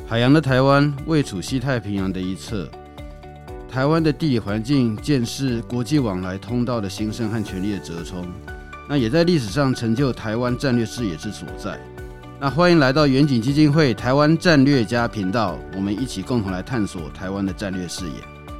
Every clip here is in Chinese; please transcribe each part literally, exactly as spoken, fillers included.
海洋的台湾位处西太平洋的一侧，台湾的地理环境见识国际往来通道的兴盛和权力的折冲，那也在历史上成就台湾战略视野之所在。那欢迎来到远景基金会台湾战略家频道，我们一起共同来探索台湾的战略视野。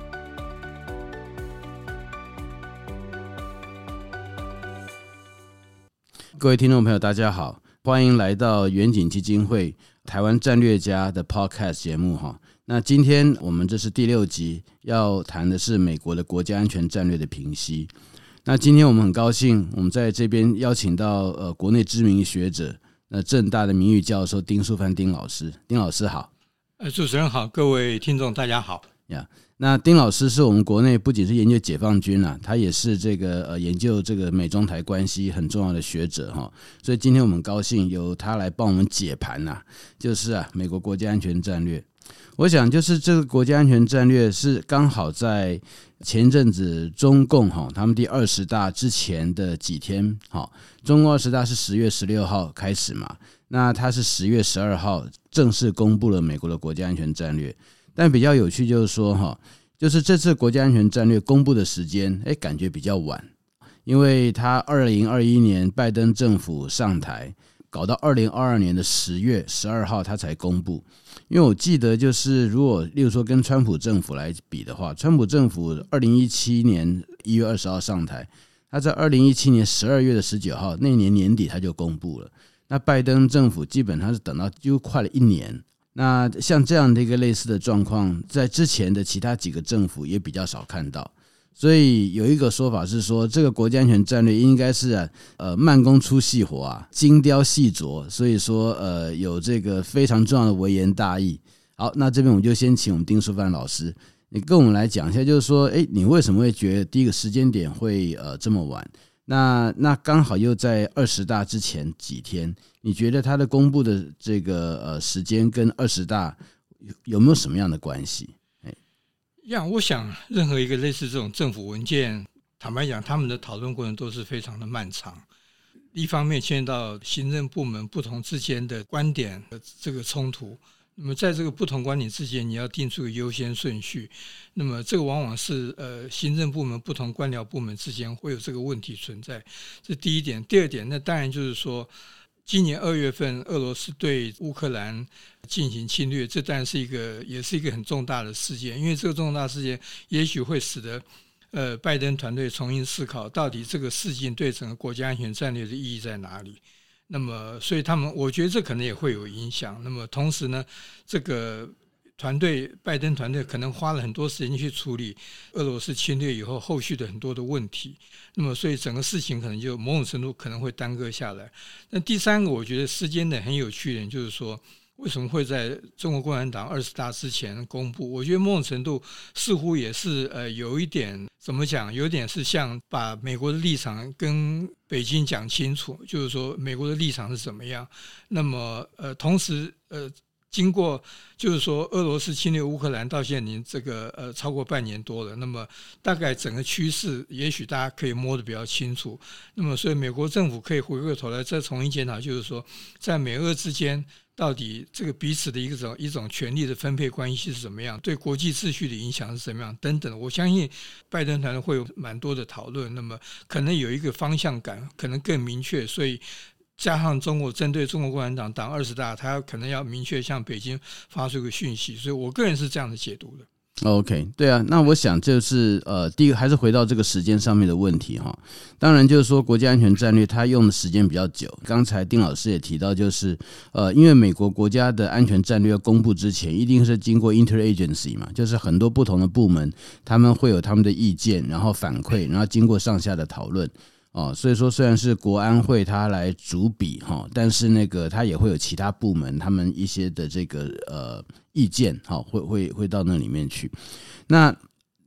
各位听众朋友大家好，欢迎来到远景基金会台湾战略家的 podcast 节目。那今天我们这是第六集，要谈的是美国的国家安全战略的评析。那今天我们很高兴，我们在这边邀请到呃国内知名学者，那政大的名誉教授丁树藩丁老师。丁老师好。 呃，主持人好，各位听众大家好。 呀、yeah, 那丁老师是我们国内不仅是研究解放军啊，他也是这个呃研究这个美中台关系很重要的学者哈，所以今天我们很高兴由他来帮我们解盘呐、啊，就是啊美国国家安全战略。我想就是这个国家安全战略是刚好在前一阵子中共哈他们第二十大之前的几天，哈，中共二十大是十月十六号开始嘛，那他是十月十二号正式公布了美国的国家安全战略。但比较有趣就是说，就是这次国家安全战略公布的时间，哎，感觉比较晚，因为他二零二一年拜登政府上台，搞到二零二二年的十月十二号他才公布。因为我记得就是如果例如说跟川普政府来比的话，川普政府二零一七年一月二十号上台，他在二零一七年十二月的十九号那年年底他就公布了。那拜登政府基本上是等到几乎快了一年。那像这样的一个类似的状况，在之前的其他几个政府也比较少看到，所以有一个说法是说，这个国家安全战略应该是啊，呃，慢工出细活啊，精雕细琢，所以说呃，有这个非常重要的微言大义。好，那这边我们就先请我们丁树藩老师，你跟我们来讲一下，就是说，哎，你为什么会觉得第一个时间点会呃这么晚？那那刚好又在二十大之前几天，你觉得它的公布的这个呃时间跟二十大有没有什么样的关系？ 呀，我想任何一个类似这种政府文件，坦白讲，他们的讨论过程都是非常的漫长。一方面牵涉到行政部门不同之间的观点的这个冲突。那么在这个不同观点之间，你要定出个优先顺序。那么这个往往是呃行政部门不同官僚部门之间会有这个问题存在，这是第一点。第二点，那当然就是说，今年二月份俄罗斯对乌克兰进行侵略，这当然是一个也是一个很重大的事件，因为这个重大事件也许会使得呃拜登团队重新思考，到底这个事件对整个国家安全战略的意义在哪里。那么所以他们我觉得这可能也会有影响。那么同时呢，这个团队拜登团队可能花了很多时间去处理俄罗斯侵略以后后续的很多的问题，那么所以整个事情可能就某种程度可能会耽搁下来。那第三个我觉得时间点很有趣的就是说，为什么会在中国共产党二十大之前公布？我觉得某种程度似乎也是呃有一点怎么讲，有点是像把美国的立场跟北京讲清楚，就是说美国的立场是怎么样。那么呃同时呃经过就是说俄罗斯侵略乌克兰到现在已经这个呃超过半年多了，那么大概整个趋势也许大家可以摸得比较清楚。那么所以美国政府可以回过头来再重新检讨，就是说在美俄之间到底这个彼此的一种一种权力的分配关系是怎么样，对国际秩序的影响是怎么样等等。我相信拜登团队会有蛮多的讨论，那么可能有一个方向感可能更明确，所以加上中国针对中国共产党党二十大，他可能要明确向北京发出一个讯息，所以我个人是这样的解读的。 OK， 对啊，那我想就是呃，第一个还是回到这个时间上面的问题哈。当然就是说国家安全战略它用的时间比较久，刚才丁老师也提到，就是呃，因为美国国家的安全战略要公布之前，一定是经过 interagency 嘛，就是很多不同的部门他们会有他们的意见，然后反馈，然后经过上下的讨论。哦，所以说虽然是国安会他来主笔哈，但是那个他也会有其他部门他们一些的这个呃意见哈，会会会到那里面去。那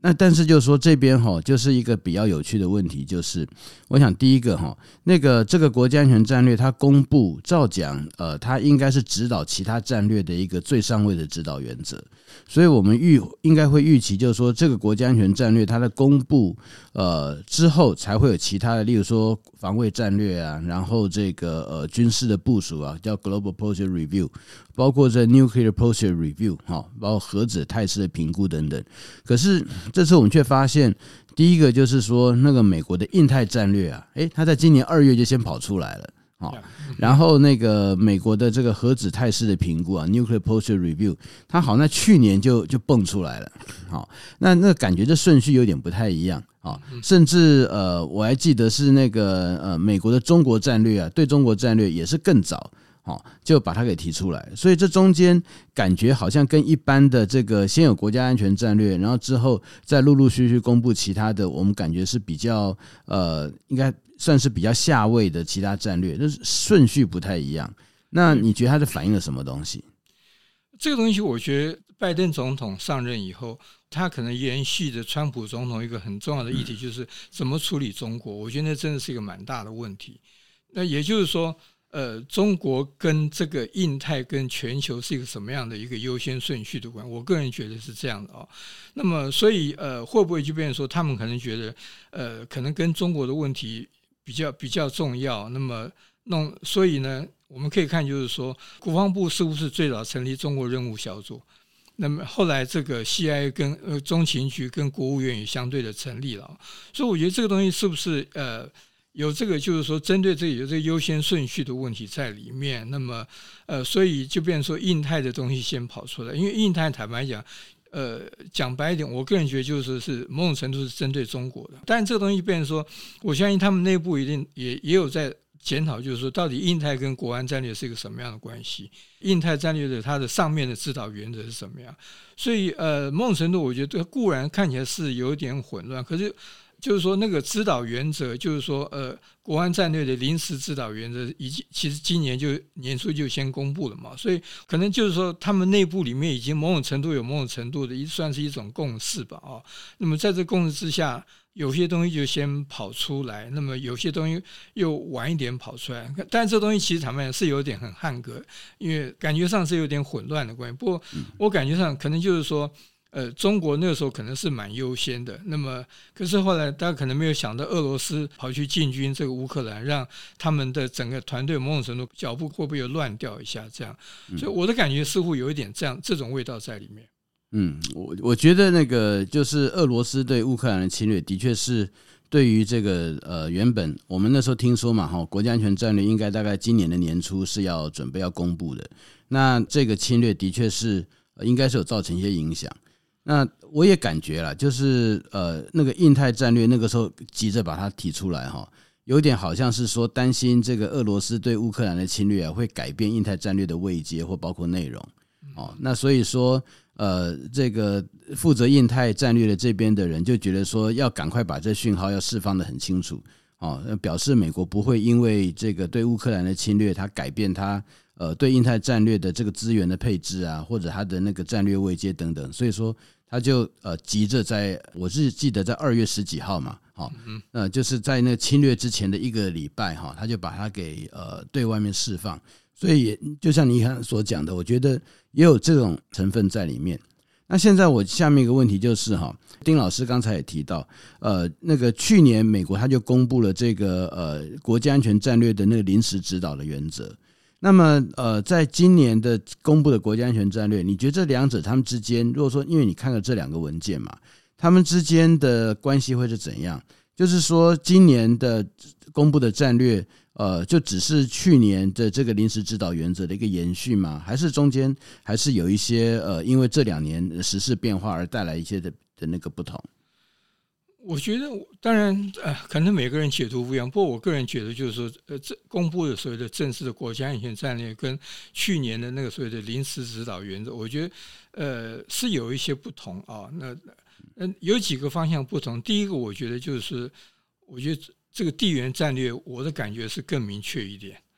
那但是就是说这边哈，就是一个比较有趣的问题，就是我想第一个哈，那个这个国家安全战略它公布，照讲呃，它应该是指导其他战略的一个最上位的指导原则，所以我们预应该会预期，就是说这个国家安全战略它的公布呃之后，才会有其他的，例如说防卫战略啊，然后这个呃军事的部署啊，叫 Global Posture Review， 包括这 Nuclear Posture Review 哈，包括核子态势的评估等等。可是这次我们却发现，第一个就是说，那个美国的印太战略啊，诶，它在今年二月就先跑出来了。然后那个美国的这个核子态势的评估啊 ，Nuclear Posture Review， 它好像在去年就就蹦出来了。好，那那感觉这顺序有点不太一样啊。甚至呃，我还记得是那个呃，美国的中国战略啊，对中国战略也是更早。就把它给提出来，所以这中间感觉好像跟一般的这个先有国家安全战略，然后之后再陆陆续续公布其他的，我们感觉是比较呃，应该算是比较下位的其他战略，就是顺序不太一样。那你觉得它是反映了什么东西？ 这个东西我觉得拜登总统上任以后，他可能延续着川普总统一个很重要的议题，就是怎么处理中国。我觉得那真的是一个蛮大的问题。那也就是说，呃，中国跟这个印太跟全球是一个什么样的一个优先顺序的关系？我个人觉得是这样的哦。那么，所以呃，会不会就变成说，他们可能觉得，呃，可能跟中国的问题比较比较重要？那么弄，所以呢，我们可以看，就是说，国防部似乎是最早成立中国任务小组。那么后来这个 C I A 跟呃中情局跟国务院也相对的成立了，所以我觉得这个东西是不是呃？有这个就是说针对这个有这个优先顺序的问题在里面，那么呃，所以就变成说印太的东西先跑出来，因为印太坦白讲，呃，讲白一点，我个人觉得就是是某种程度是针对中国的，但这个东西变成说，我相信他们内部一定也也有在检讨，就是说到底印太跟国安战略是一个什么样的关系，印太战略的它的上面的指导原则是什么样，所以呃，某种程度我觉得固然看起来是有点混乱，可是就是说那个指导原则，就是说呃，国安战略的临时指导原则，已经其实今年就年初就先公布了嘛，所以可能就是说他们内部里面已经某种程度有某种程度的，算是一种共识吧啊。那么在这共识之下，有些东西就先跑出来，那么有些东西又晚一点跑出来，但这东西其实坦白讲是有点很汉格，因为感觉上是有点混乱的关系。不过我感觉上可能就是说。呃，中国那个时候可能是蛮优先的，那么可是后来大家可能没有想到，俄罗斯跑去进军这个乌克兰，让他们的整个团队某种程度脚步会不会又乱掉一下？这样，所以我的感觉似乎有一点这样这种味道在里面。 嗯，我我觉得那个就是俄罗斯对乌克兰的侵略，的确是对于这个呃原本我们那时候听说嘛，哈，国家安全战略应该大概今年的年初是要准备要公布的，那这个侵略的确是应该是有造成一些影响。那我也感觉啦，就是呃，那个印太战略那个时候急着把它提出来哈，有点好像是说担心这个俄罗斯对乌克兰的侵略啊，会改变印太战略的位阶或包括内容哦。那所以说，呃，这个负责印太战略的这边的人就觉得说，要赶快把这讯号要释放得很清楚哦，表示美国不会因为这个对乌克兰的侵略，它改变它。呃，对印太战略的这个资源的配置啊，或者它的那个战略位阶等等，所以说他就呃急着在，我是记得在二月十几号嘛，好，呃，就是在那个侵略之前的一个礼拜哈，他就把它给呃对外面释放，所以也就像你刚才所讲的，我觉得也有这种成分在里面。那现在我下面一个问题就是哈，丁老师刚才也提到，呃，那个去年美国他就公布了这个呃国家安全战略的那个临时指导的原则。那么，呃，在今年的公布的国家安全战略，你觉得这两者他们之间，如果说因为你看了这两个文件嘛，他们之间的关系会是怎样？就是说，今年的公布的战略，呃，就只是去年的这个临时指导原则的一个延续吗？还是中间还是有一些呃，因为这两年时事变化而带来一些的的那个不同？ 我觉得当然呃，可能每个人解读不一样，不过我个人觉得就是说，呃，这公布的所谓的正式的国家安全战略跟去年的那个所谓的临时指导原则，我觉得呃是有一些不同啊。那呃有几个方向不同。第一个，我觉得就是我觉得这个地缘战略，我的感觉是更明确一点。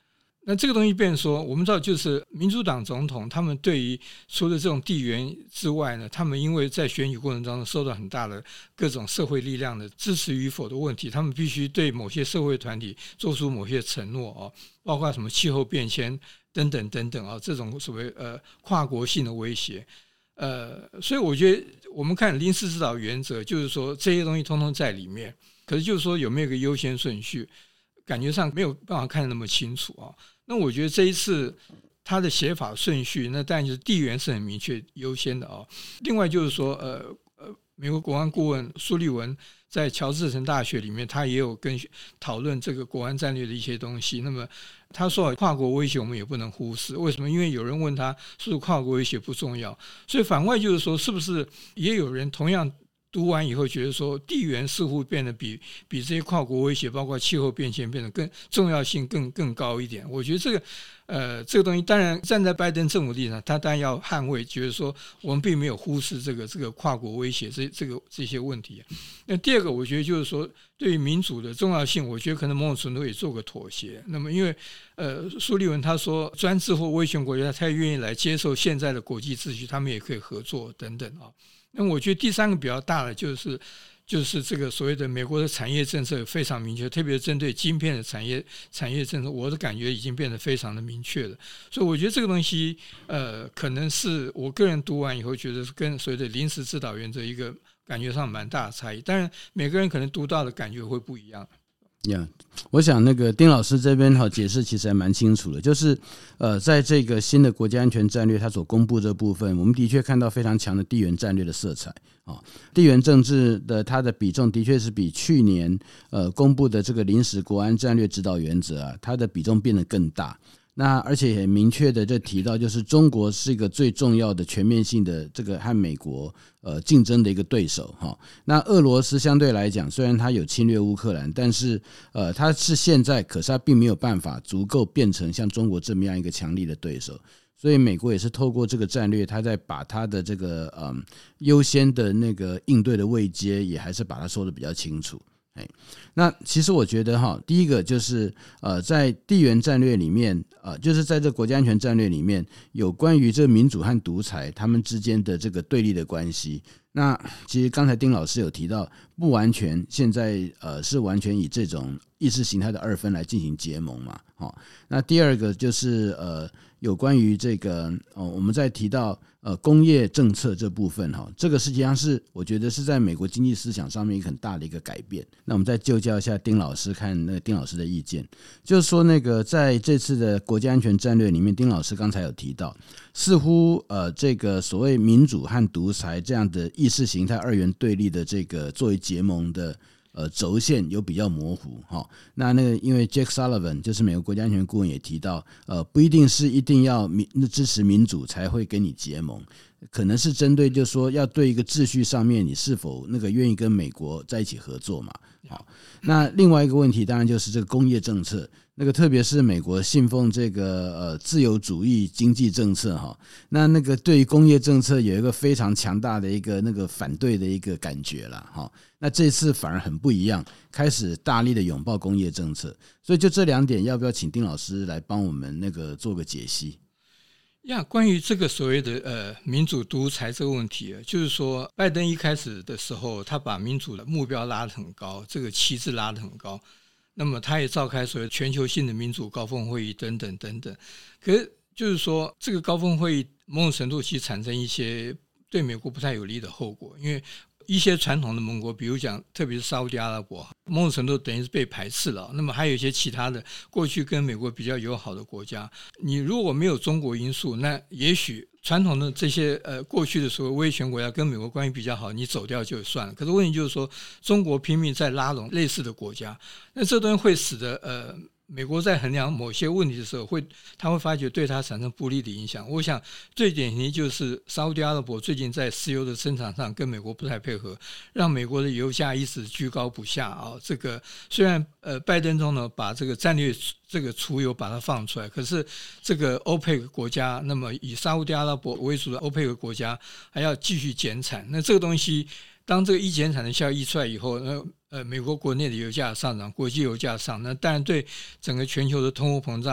那这个东西变成说，我们知道就是民主党总统他们对于除了这种地缘之外呢，他们因为在选举过程当中受到很大的各种社会力量的支持与否的问题，他们必须对某些社会团体做出某些承诺哦，包括什么气候变迁等等等等啊，这种所谓呃跨国性的威胁。呃，所以我觉得我们看临时指导原则，就是说这些东西通通在里面，可是就是说有没有一个优先顺序，感觉上没有办法看得那么清楚啊。那我觉得这一次它的写法顺序，那当然就是地缘是很明确优先的啊。另外就是说，呃呃，美国国安顾问苏利文在乔治城大学里面，他也有跟讨论这个国安战略的一些东西。那么他说，跨国威胁我们也不能忽视。为什么？因为有人问他，是不是跨国威胁不重要？所以反外就是说，是不是也有人同样读完以后觉得说，地缘似乎变得比比这些跨国威胁，包括气候变迁变得更重要性更更高一点。我觉得这个呃这个东西，当然站在拜登政府立场，他当然要捍卫，觉得说我们并没有忽视这个这个跨国威胁这这个这些问题。那第二个，我觉得就是说，对于民主的重要性，我觉得可能某种程度也做个妥协。那么因为呃苏利文他说，专制或威权国家他愿意来接受现在的国际秩序，他们也可以合作等等啊。那我觉得第三个比较大的就是就是这个所谓的美国的产业政策非常明确，特别针对晶片的产业产业政策，我的感觉已经变得非常的明确了。所以我觉得这个东西呃，可能是我个人读完以后觉得是跟所谓的临时指导原则一个感觉上蛮大的差异，当然每个人可能读到的感觉会不一样。 Yeah, 我想那个丁老师这边哈解释其实还蛮清楚的，就是呃，在这个新的国家安全战略它所公布这部分，我们的确看到非常强的地缘战略的色彩啊，地缘政治的它的比重的确是比去年呃公布的这个临时国安战略指导原则啊，它的比重变得更大。那而且也明确的就提到，就是中国是一个最重要的全面性的这个和美国呃竞争的一个对手哈。那俄罗斯相对来讲，虽然它有侵略乌克兰，但是呃它是现在，可是它并没有办法足够变成像中国这么样一个强力的对手。所以美国也是透过这个战略，它在把它的这个嗯优先的那个应对的位阶，也还是把它说的比较清楚。那其实我觉得哈，第一个就是呃，在地缘战略里面，呃，就是在这国家安全战略里面，有关于这民主和独裁他们之间的这个对立的关系。那其实刚才丁老师有提到，不完全现在呃是完全以这种意识形态的二分来进行结盟嘛。好，那第二个就是呃有关于这个哦，我们在提到呃工业政策这部分哈，这个实际上是我觉得是在美国经济思想上面一个很大的一个改变。那我们再就教一下丁老师，看那个丁老师的意见，就是说那个在这次的国家安全战略里面，丁老师刚才有提到，似乎呃这个所谓民主和独裁这样的意识形态二元对立的这个作为结盟的呃轴线有比较模糊哈。那那个因为 Jake Sullivan 就是美国国家安全顾问也提到，呃不一定是一定要民支持民主才会跟你结盟，可能是针对就是说要对一个秩序上面你是否那个愿意跟美国在一起合作嘛。好，那另外一个问题当然就是这个工业政策，那个特别是美国信奉这个呃自由主义经济政策哈，那那个对于工业政策有一个非常强大的一个那个反对的一个感觉啦哈。那这次反而很不一样，开始大力的拥抱工业政策，所以就这两点，要不要请丁老师来帮我们那个做个解析？ 呀，关于这个所谓的呃民主独裁这个问题，就是说拜登一开始的时候，他把民主的目标拉得很高，这个旗帜拉得很高，那么他也召开所谓全球性的民主高峰会议等等等等。可是就是说，这个高峰会议某种程度其实产生一些对美国不太有利的后果，因为一些传统的盟国，比如讲特别是沙烏地阿拉伯，某种程度等于是被排斥了。那么还有一些其他的过去跟美国比较友好的国家，你如果没有中国因素，那也许传统的这些呃过去的所谓威权国家跟美国关系比较好，你走掉就算了。可是问题就是说，中国拼命在拉拢类似的国家，那这东西会使得呃美国在衡量某些问题的时候会，他会发觉对他产生不利的影响。我想最典型就是沙烏地阿拉伯最近在石油的生产上跟美国不太配合，让美国的油价一直居高不下啊。这个虽然呃拜登总统把这个战略这个储油把它放出来，可是这个欧佩克国家，那么以沙烏地阿拉伯为主的欧佩克国家还要继续减产，那这个东西当这个一减产的效益出来以后，那呃，美国国内的油价上涨，国际油价上，那当然对整个全球的通货膨胀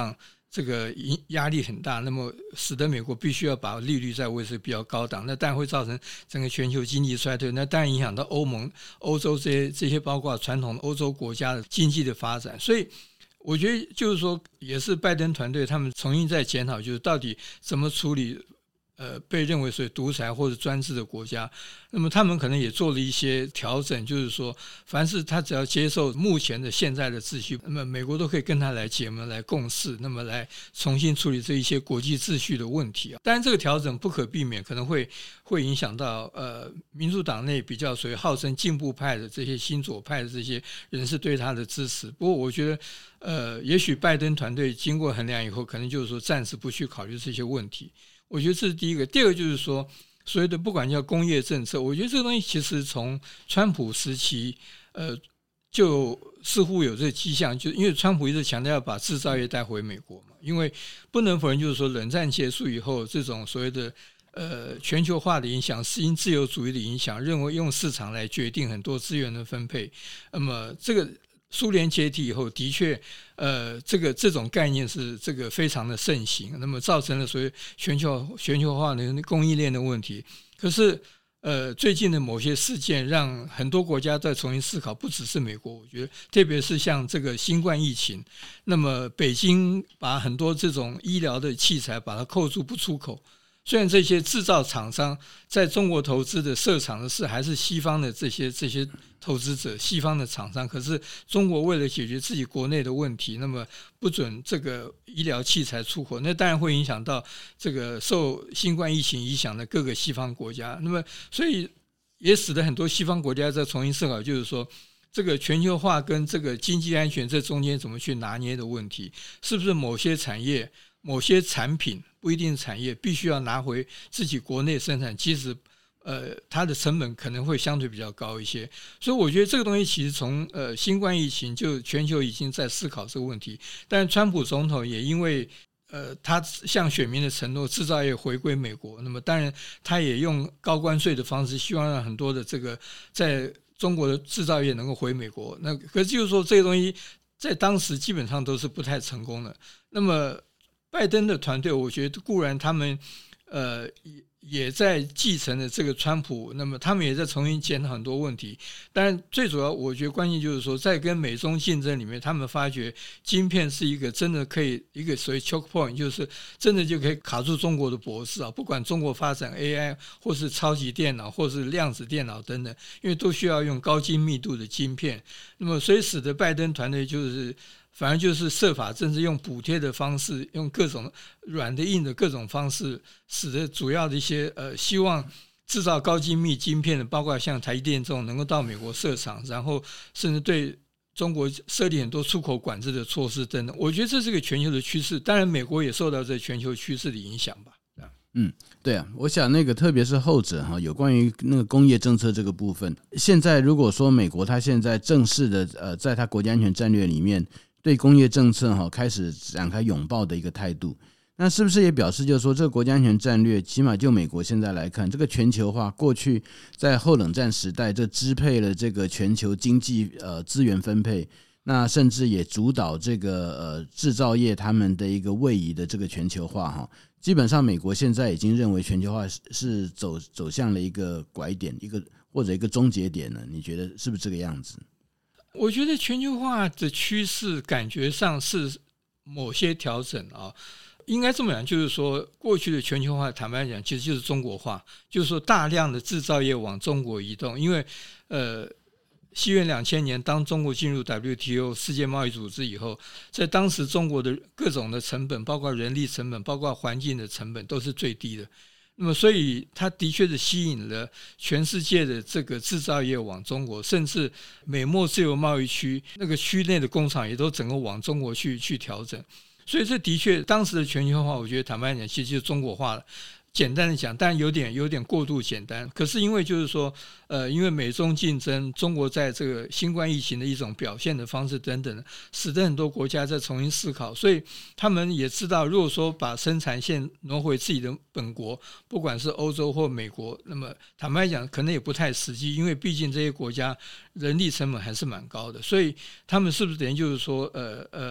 这个压力很大，那么使得美国必须要把利率再维持比较高档，那当然会造成整个全球经济衰退，那当然影响到欧盟、欧洲这些这些包括传统的欧洲国家的经济的发展。所以我觉得就是说，也是拜登团队他们重新在检讨，就是到底怎么处理呃，被认为是独裁或者专制的国家，那么他们可能也做了一些调整，就是说，凡是他只要接受目前的现在的秩序，那么美国都可以跟他来结盟、来共事，那么来重新处理这一些国际秩序的问题啊。当然，这个调整不可避免，可能会会影响到呃民主党内比较属于号称进步派的这些新左派的这些人士对他的支持。不过，我觉得呃，也许拜登团队经过衡量以后，可能就是说暂时不去考虑这些问题。我觉得这是第一个。第二个就是说，所谓的不管叫工业政策，我觉得这个东西其实从川普时期，呃，就似乎有这个迹象，就因为川普一直强调要把制造业带回美国嘛，因为不能否认，就是说冷战结束以后，这种所谓的呃全球化的影响、新自由主义的影响，认为用市场来决定很多资源的分配，那么这个。苏联解体以后，的确，呃，这个这种概念是这个非常的盛行，那么造成了所谓全球全球化的供应链的问题。可是，呃，最近的某些事件让很多国家在重新思考，不只是美国，我觉得，特别是像这个新冠疫情，那么北京把很多这种医疗的器材把它扣住不出口。虽然这些制造厂商在中国投资的设厂的是还是西方的这些这些投资者，西方的厂商，可是中国为了解决自己国内的问题，那么不准这个医疗器材出口，那当然会影响到这个受新冠疫情影响的各个西方国家。那么所以也使得很多西方国家在重新思考，就是说这个全球化跟这个经济安全这中间怎么去拿捏的问题，是不是某些产业、某些产品不一定产业必须要拿回自己国内生产，其实呃它的成本可能会相对比较高一些。所以我觉得这个东西其实从呃新冠疫情就全球已经在思考这个问题，但川普总统也因为呃他向选民的承诺制造业回归美国，那么当然他也用高关税的方式希望让很多的这个在中国的制造业能够回美国，那可是就是说这个东西在当时基本上都是不太成功的。那么拜登的团队，我觉得固然他们呃也在继承了这个川普，那么他们也在重新检讨很多问题。当然，最主要我觉得关键就是说，在跟美中竞争里面，他们发觉晶片是一个真的可以一个所谓 choke point， 就是真的就可以卡住中国的脖子啊！不管中国发展 A I 或是超级电脑或是量子电脑等等，因为都需要用高精密度的晶片。那么，所以使得拜登团队就是。反而就是设法，甚至用补贴的方式，用各种软的、硬的各种方式，使得主要的一些呃，希望制造高精密晶片的，包括像台积电这种，能够到美国设厂，然后甚至对中国设立很多出口管制的措施等等。我觉得这是个全球的趋势，当然美国也受到这全球趋势的影响吧。 嗯，对啊，我想那个特别是后者哈，有关于那个工业政策这个部分，现在如果说美国它现在正式的呃，在它国家安全战略里面。对工业政策哈开始展开拥抱的一个态度，那是不是也表示就是说，这个国家安全战略，起码就美国现在来看，这个全球化过去在后冷战时代，这支配了这个全球经济呃资源分配，那甚至也主导这个呃制造业他们的一个位移的这个全球化哈。基本上，美国现在已经认为全球化是走走向了一个拐点，一个或者一个终结点了。你觉得是不是这个样子？ 我觉得全球化的趋势感觉上是某些调整啊，应该这么讲，就是说过去的全球化，坦白讲，其实就是中国化，就是说大量的制造业往中国移动，因为呃，西元两千年，当中国进入 W T O 世界贸易组织以后，在当时中国的各种的成本，包括人力成本，包括环境的成本，都是最低的。那么，所以它的确是吸引了全世界的这个制造业往中国，甚至美墨自由贸易区那个区内的工厂也都整个往中国去去调整。所以这的确当时的全球化，我觉得坦白讲，其实就是中国化了。简单的讲，但有点有点过度简单。可是因为就是说，呃，因为美中竞争，中国在这个新冠疫情的一种表现的方式等等，使得很多国家在重新思考。所以他们也知道，如果说把生产线挪回自己的本国，不管是欧洲或美国，那么坦白讲，可能也不太实际，因为毕竟这些国家人力成本还是蛮高的。所以他们是不是等于就是说，呃呃。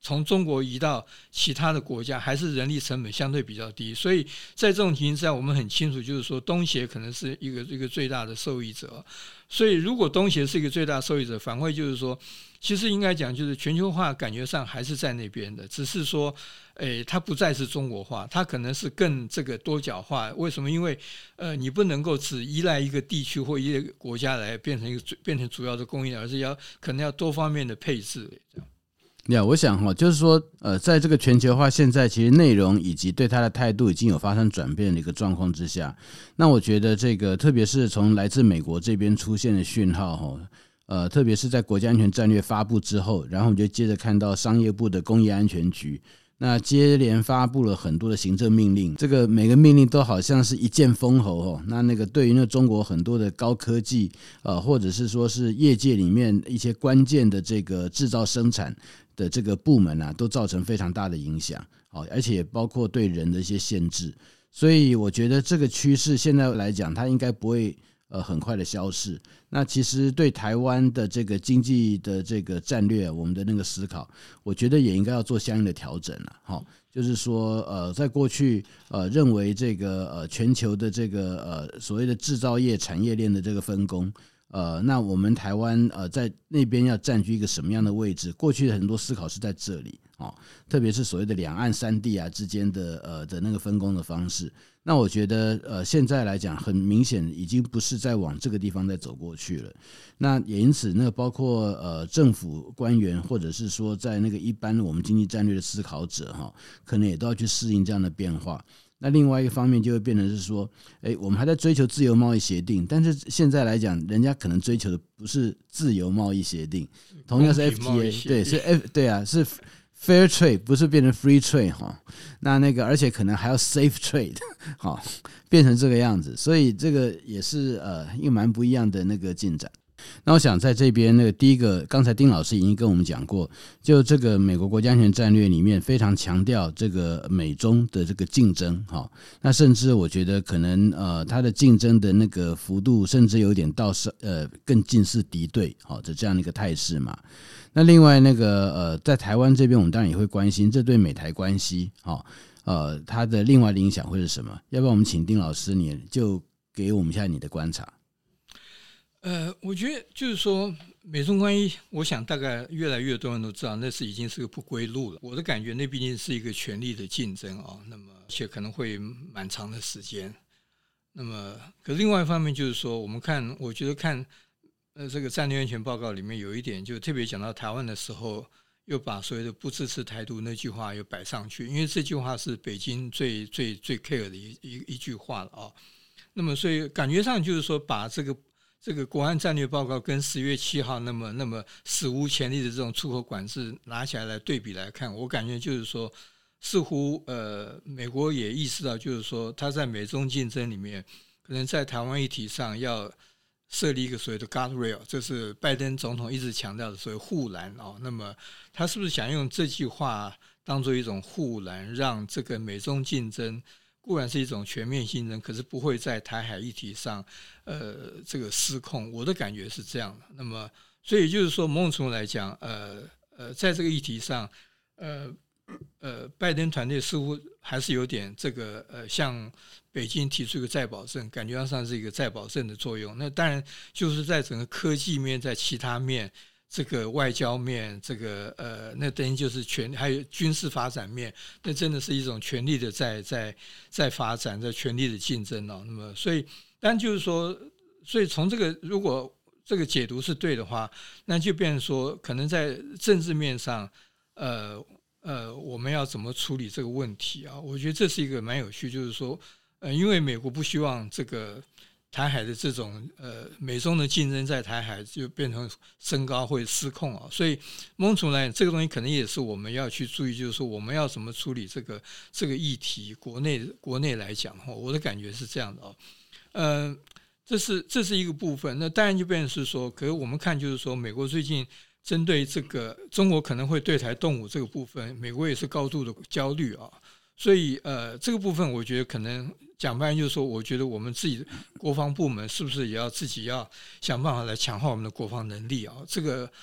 从中国移到其他的国家，还是人力成本相对比较低，所以在这种情形之下，我们很清楚，就是说东协可能是一个一个最大的受益者。所以如果东协是一个最大受益者，反馈就是说，其实应该讲就是全球化感觉上还是在那边的，只是说，诶，它不再是中国化，它可能是更这个多角化。为什么？因为呃，你不能够只依赖一个地区或一个国家来变成一个变成主要的供应链，而是要可能要多方面的配置这样。 呀，我想哈，就是说，呃，在这个全球化现在其实内容以及对它的态度已经有发生转变的一个状况之下，那我觉得这个特别是从来自美国这边出现的讯号哈，呃，特别是在国家安全战略发布之后，然后我们就接着看到商业部的工业安全局。那接连发布了很多的行政命令，这个每个命令都好像是一剑封喉哦。那那个对于那中国很多的高科技，呃，或者是说是业界里面一些关键的这个制造生产的这个部门啊，都造成非常大的影响，而且也包括对人的一些限制。所以我觉得这个趋势现在来讲，它应该不会呃很快的消逝。那其实对台湾的这个经济的这个战略，我们的那个思考，我觉得也应该要做相应的调整了。好，就是说呃，在过去呃认为这个呃全球的这个呃所谓的制造业产业链的这个分工。呃，那我们台湾呃在那边要占据一个什么样的位置？过去的很多思考是在这里哦，特别是所谓的两岸三地啊之间的呃的那个分工的方式。那我觉得呃现在来讲，很明显已经不是在往这个地方再走过去了。那也因此，那个包括呃政府官员，或者是说在那个一般我们经济战略的思考者哈，可能也都要去适应这样的变化。那另外一个方面就会变成是说，哎，我们还在追求自由贸易协定，但是现在来讲，人家可能追求的不是自由贸易协定，同样是 F T A， 对，是 F 对啊，是 Fair Trade， 不是变成 Free Trade 哈。那那个而且可能还要 Safe Trade， 好，变成这个样子，所以这个也是呃一个蛮不一样的那个进展。那我想在这边那个第一个，刚才丁老师已经跟我们讲过，就这个美国国家安全战略里面非常强调这个美中的这个竞争哈，那甚至我觉得可能呃它的竞争的那个幅度甚至有点到呃更近似敌对好的这样的一个态势嘛。那另外那个呃在台湾这边我们当然也会关心这对美台关系哈呃它的另外的影响会是什么？要不然我们请丁老师你就给我们一下你的观察。 呃，我觉得就是说，美中关系，我想大概越来越多人都知道，那是已经是个不归路了。我的感觉，那毕竟是一个权力的竞争啊，那么且可能会蛮长的时间。那么，可另外一方面就是说，我们看，我觉得看呃这个战略安全报告里面有一点，就特别讲到台湾的时候，又把所谓的不支持台独那句话又摆上去，因为这句话是北京最最最 care 的一一一句话了啊。那么，所以感觉上就是说，把这个。这个国安战略报告跟十月七号那么那么史无前例的这种出口管制拿起来来对比来看，我感觉就是说，似乎呃美国也意识到，就是说他在美中竞争里面，可能在台湾议题上要设立一个所谓的 guardrail， 这是拜登总统一直强调的所谓护栏哦。那么他是不是想用这句话当做一种护栏，让这个美中竞争？固然是一种全面竞争，可是不会在台海议题上，呃，这个失控。我的感觉是这样的。那么，所以就是说，某种程度来讲，呃呃，在这个议题上，呃呃，拜登团队似乎还是有点这个呃，向北京提出一个再保证，感觉上是一个再保证的作用。那当然就是在整个科技面，在其他面。这个外交面，这个呃，那等于就是权，还有军事发展面，那真的是一种权力的在在在发展，在权力的竞争哦。那么，所以，但就是说，所以从这个如果这个解读是对的话，那就变成说，可能在政治面上，呃呃，我们要怎么处理这个问题啊？我觉得这是一个蛮有趣，就是说，呃，因为美国不希望这个。台海的这种呃美中的竞争在台海就变成升高会失控啊，所以某种程度来讲，这个东西可能也是我们要去注意，就是说我们要怎么处理这个这个议题。国内国内来讲，我的感觉是这样的哦，呃，这是这是一个部分。那当然就变成是说，可是我们看就是说，美国最近针对这个中国可能会对台动武这个部分，美国也是高度的焦虑啊。所以呃，这个部分我觉得可能讲白就是说，我觉得我们自己国防部门是不是也要自己要想办法来强化我们的国防能力啊？这个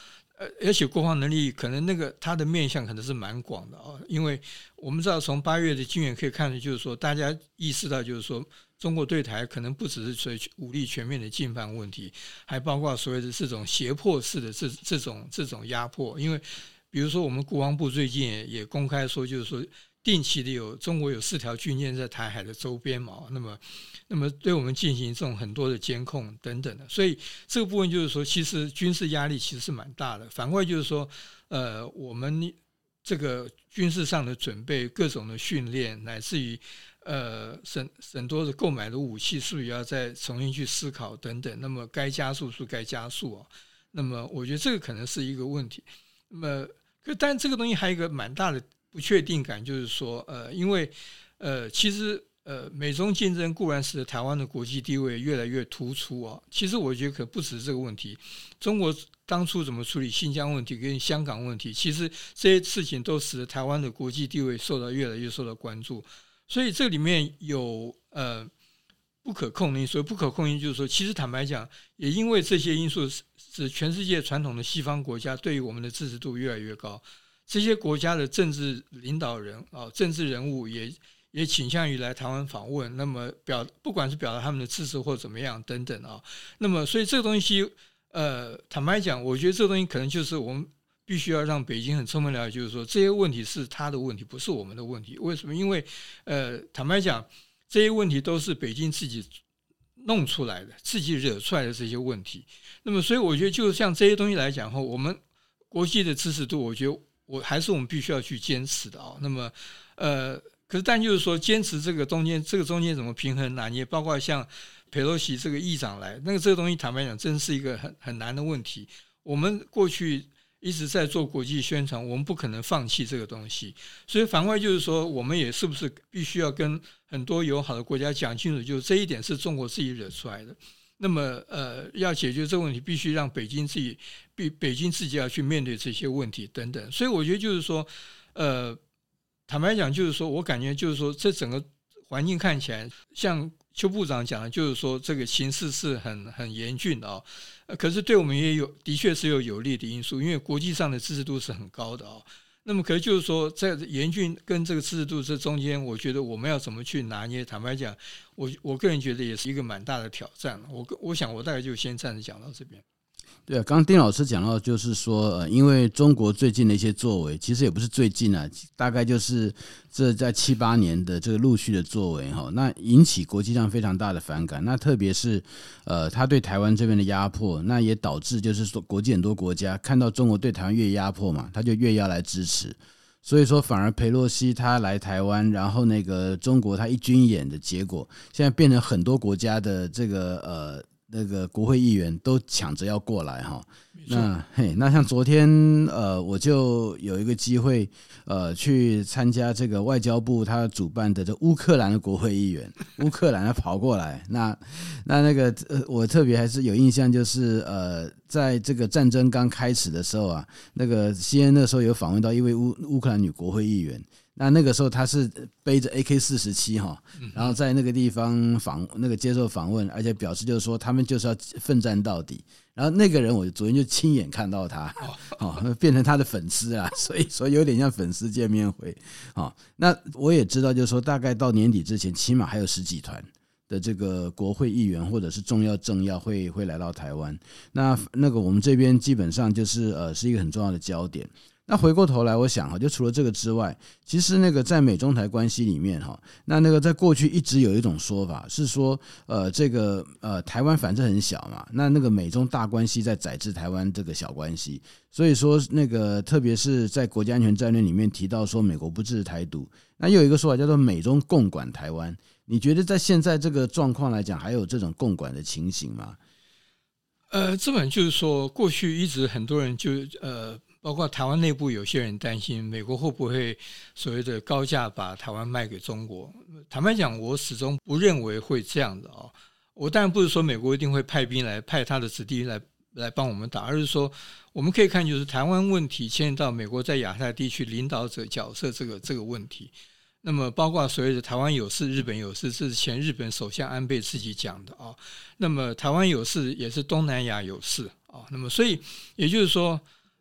呃，而且国防能力可能那个它的面向可能是蛮广的啊，因为我们知道从八月的经验可以看出，就是说大家意识到，就是说中国对台可能不只是所谓武力全面的进犯问题，还包括所谓的这种胁迫式的这这种这种压迫。因为比如说我们国防部最近也也公开说，就是说定期的有中国有四条军舰在台海的周边嘛，那么那么对我们进行这种很多的监控等等的，所以这个部分就是说，其实军事压力其实是蛮大的。反过来就是说，呃，我们这个军事上的准备、各种的训练，乃至于呃很很多的购买的武器，是不是也要再重新去思考等等？那么该加速是该加速啊。那么我觉得这个可能是一个问题。那么，可但这个东西还有一个蛮大的不确定感，就是说，呃，因为呃，其实呃，美中竞争固然使得台湾的国际地位越来越突出啊。其实我觉得可不只是这个问题，中国当初怎么处理新疆问题跟香港问题，其实这些事情都使得台湾的国际地位受到越来越受到关注。所以这里面有呃不可控的因素，不可控因素就是说，其实坦白讲，也因为这些因素，使全世界传统的西方国家对于我们的支持度越来越高。这些国家的政治领导人啊，政治人物也也倾向于来台湾访问，那么表不管是表达他们的支持或怎么样等等啊，那么所以这个东西，呃，坦白讲，我觉得这个东西可能就是我们必须要让北京很充分了解，就是说这些问题是他的问题，不是我们的问题。为什么？因为呃，坦白讲，这些问题都是北京自己弄出来的，自己惹出来的这些问题。那么，所以我觉得，就像这些东西来讲后，我们国际的支持度，我觉得。我还是我们必须要去坚持的啊。那么，呃，可是但就是说，坚持这个中间，这个中间怎么平衡拿捏？包括像佩洛西这个议长来，那个这个东西，坦白讲，真是一个很很难的问题。我们过去一直在做国际宣传，我们不可能放弃这个东西。所以反过来就是说，我们也是不是必须要跟很多友好的国家讲清楚，就是这一点是中国自己惹出来的。那么，呃，要解决这个问题，必须让北京自己，北北京自己要去面对这些问题等等。所以，我觉得就是说，呃，坦白讲，就是说我感觉就是说，这整个环境看起来，像邱部长讲的，就是说这个形势是很很严峻的啊、哦。可是对我们也有，的确是有有利的因素，因为国际上的支持度是很高的啊、哦。那么，可是就是说，在严峻跟这个支持度这中间，我觉得我们要怎么去拿捏？坦白讲，我我个人觉得也是一个蛮大的挑战。我我想，我大概就先暂时讲到这边。 对啊，刚刚丁老师讲到，就是说，呃，因为中国最近的一些作为，其实也不是最近啊，大概就是这在七八年的这个陆续的作为哈，那引起国际上非常大的反感。那特别是呃，他对台湾这边的压迫，那也导致就是说，国际很多国家看到中国对台湾越压迫嘛，他就越要来支持。所以说，反而裴洛西他来台湾，然后那个中国他一军演的结果，现在变成很多国家的这个呃。那个国会议员都抢着要过来哈，那嘿，那像昨天呃，我就有一个机会呃去参加这个外交部他主办的这乌克兰的国会议员，乌克兰他跑过来，那那那个呃，我特别还是有印象，就是呃，在这个战争刚开始的时候啊，那个 C N N 那时候有访问到一位乌乌克兰女国会议员。那那个时候他是背着 A K 四十七 哈，然后在那个地方访那个接受访问，而且表示就是说他们就是要奋战到底。然后那个人我昨天就亲眼看到他，哦，变成他的粉丝啦，所以说有点像粉丝见面会。哦，那我也知道，就是说大概到年底之前，起码还有十几团的这个国会议员或者是重要政要会会来到台湾。那那个我们这边基本上就是呃是一个很重要的焦点。那回过头来，我想哈，就除了这个之外，其实那个在美中台关系里面哈，那那个在过去一直有一种说法是说，呃，这个呃台湾反正很小嘛，那那个美中大关系在宰制台湾这个小关系，所以说那个特别是在国家安全战略里面提到说美国不支持台独，那又有一个说法叫做美中共管台湾。你觉得在现在这个状况来讲，还有这种共管的情形吗？ 呃，这本就是说，过去一直很多人就呃。包括台湾内部有些人担心美国会不会所谓的高价把台湾卖给中国。坦白讲，我始终不认为会这样的啊。我当然不是说美国一定会派兵来派他的子弟来来帮我们打，而是说我们可以看就是台湾问题牵涉到美国在亚太地区领导者角色这个这个问题。那么包括所谓的台湾有事日本有事，这是前日本首相安倍自己讲的啊。那么台湾有事也是东南亚有事啊。那么所以也就是说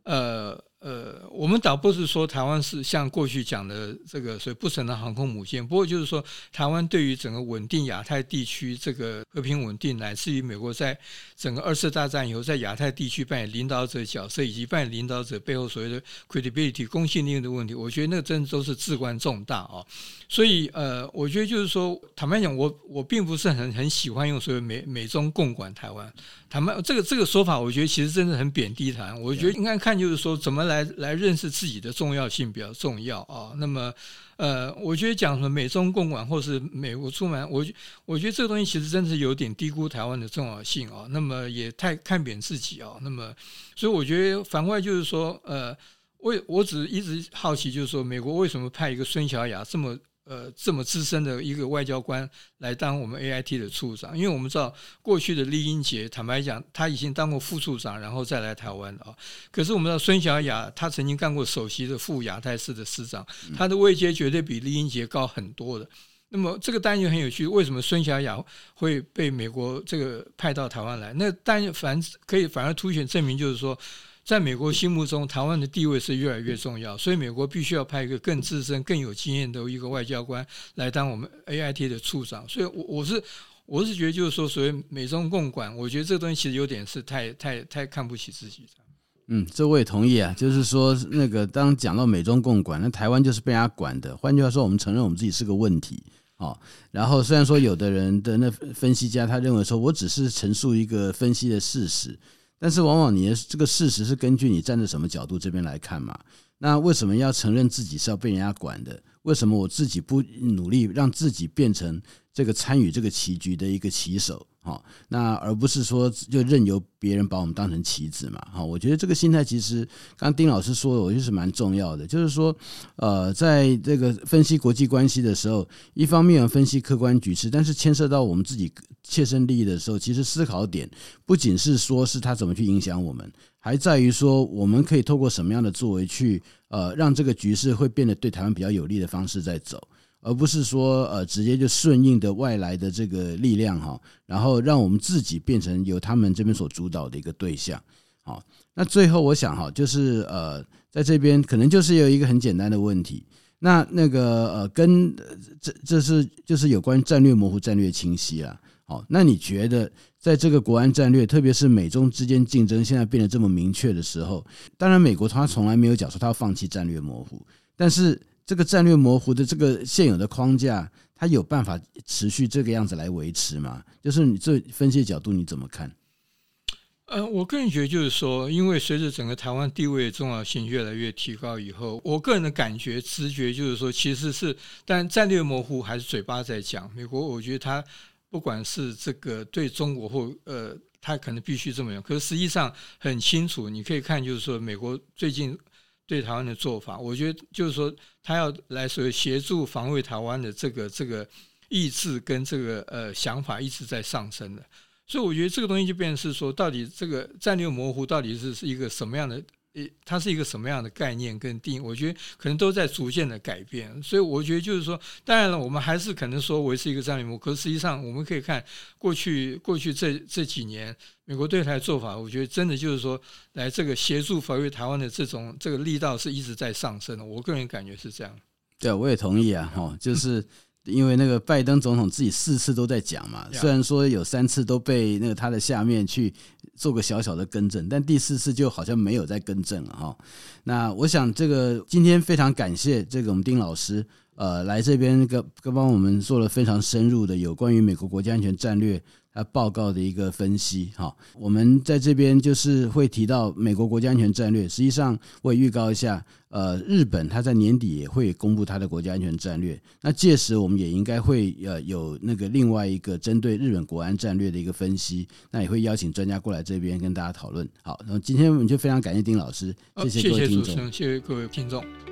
呃呃，我们倒不是说台湾是像过去讲的这个所以不成的航空母舰，不过就是说台湾对于整个稳定亚太地区这个和平稳定，乃至于美国在整个二次大战以后在亚太地区扮演领导者角色，以及扮演领导者背后所谓的 credibility 公信力的问题，我觉得那个真的都是至关重大啊。所以呃，我觉得就是说，坦白讲，我我并不是很很喜欢用所谓美美中共管台湾。坦白这个这个说法，我觉得其实真的很贬低台湾。我觉得应该看就是说，怎么来来认识自己的重要性比较重要啊。那么呃，我觉得讲什么美中共管或是美国出门，我我觉得这个东西其实真的是有点低估台湾的重要性啊。那么也太看扁自己啊。那么所以我觉得反过来就是说，呃，我我只一直好奇，就是说美国为什么派一个孙小雅这么。呃，这么资深的一个外交官来当我们 A I T 的处长，因为我们知道过去的酈英杰，坦白讲，他已经当过副处长，然后再来台湾啊。可是我们知道孙小雅，他曾经干过首席的副亚太司的司长，他的位阶绝对比酈英杰高很多的。那么这个单元很有趣，为什么孙小雅会被美国这个派到台湾来？那单元反可以反而凸显证明，就是说。在美国心目中，台湾的地位是越来越重要，所以美国必须要派一个更资深、更有经验的一个外交官来当我们 A I T 的处长。所以我，我是我是觉得，就是说，所谓美中共管，我觉得这个东西其实有点是太太太看不起自己。 嗯，这我也同意啊。就是说，那个当讲到美中共管，那台湾就是被人家管的。换句话说，我们承认我们自己是个问题。哦，然后虽然说有的人的那分析家他认为说，我只是陈述一个分析的事实。但是往往你的这个事实是根据你站在什么角度这边来看嘛？那为什么要承认自己是要被人家管的？为什么我自己不努力让自己变成这个参与这个棋局的一个棋手？好，那而不是说就任由别人把我们当成棋子嘛？好，我觉得这个心态其实刚刚丁老师说的，我觉得是蛮重要的。就是说，呃，在这个分析国际关系的时候，一方面分析客观局势，但是牵涉到我们自己切身利益的时候，其实思考点不仅是说是他怎么去影响我们，还在于说我们可以透过什么样的作为去呃让这个局势会变得对台湾比较有利的方式在走。而不是说呃直接就顺应的外来的这个力量哈，然后让我们自己变成由他们这边所主导的一个对象。好，那最后我想哈，就是呃在这边可能就是有一个很简单的问题，那那个呃跟这这是就是有关战略模糊、战略清晰啦。好，那你觉得在这个国安战略，特别是美中之间竞争现在变得这么明确的时候，当然美国他从来没有讲说他要放弃战略模糊，但是这个战略模糊的这个现有的框架，它有办法持续这个样子来维持吗？就是你这分析的角度你怎么看？ 呃，我个人觉得就是说，因为随着整个台湾地位的重要性越来越提高以后，我个人的感觉、直觉就是说，其实是，但战略模糊还是嘴巴在讲。美国，我觉得他不管是这个对中国或呃，他可能必须这么样，可是实际上很清楚，你可以看就是说，美国最近对台湾的做法，我觉得就是说，他要来所谓协助防卫台湾的这个这个意志跟这个呃想法一直在上升的，所以我觉得这个东西就变成是说，到底这个战略模糊到底是是一个什么样的？它是一个什么样的概念跟定义？我觉得可能都在逐渐的改变，所以我觉得就是说，当然了，我们还是可能说维持一个战略模糊，可是实际上我们可以看过去过去这这几年美国对台的做法，我觉得真的就是说，来这个协助防卫台湾的这种这个力道是一直在上升的。我个人感觉是这样。 对，我也同意啊，哈，就是因为那个拜登总统自己四次都在讲嘛，虽然说有三次都被那个他的下面去做个小小的更正，但第四次就好像没有再更正了哈。那我想这个今天非常感谢这个我们丁老师呃来这边跟跟帮我们做了非常深入的有关于美国国家安全战略他报告的一个分析哈。我们在这边就是会提到美国国家安全战略，实际上我也预告一下，呃，日本他在年底也会公布他的国家安全战略，那届时我们也应该会呃有那个另外一个针对日本国安战略的一个分析，那也会邀请专家过来这边跟大家讨论。好，那今天我们就非常感谢丁老师，谢谢各位听众， 谢谢主持人，谢谢各位听众。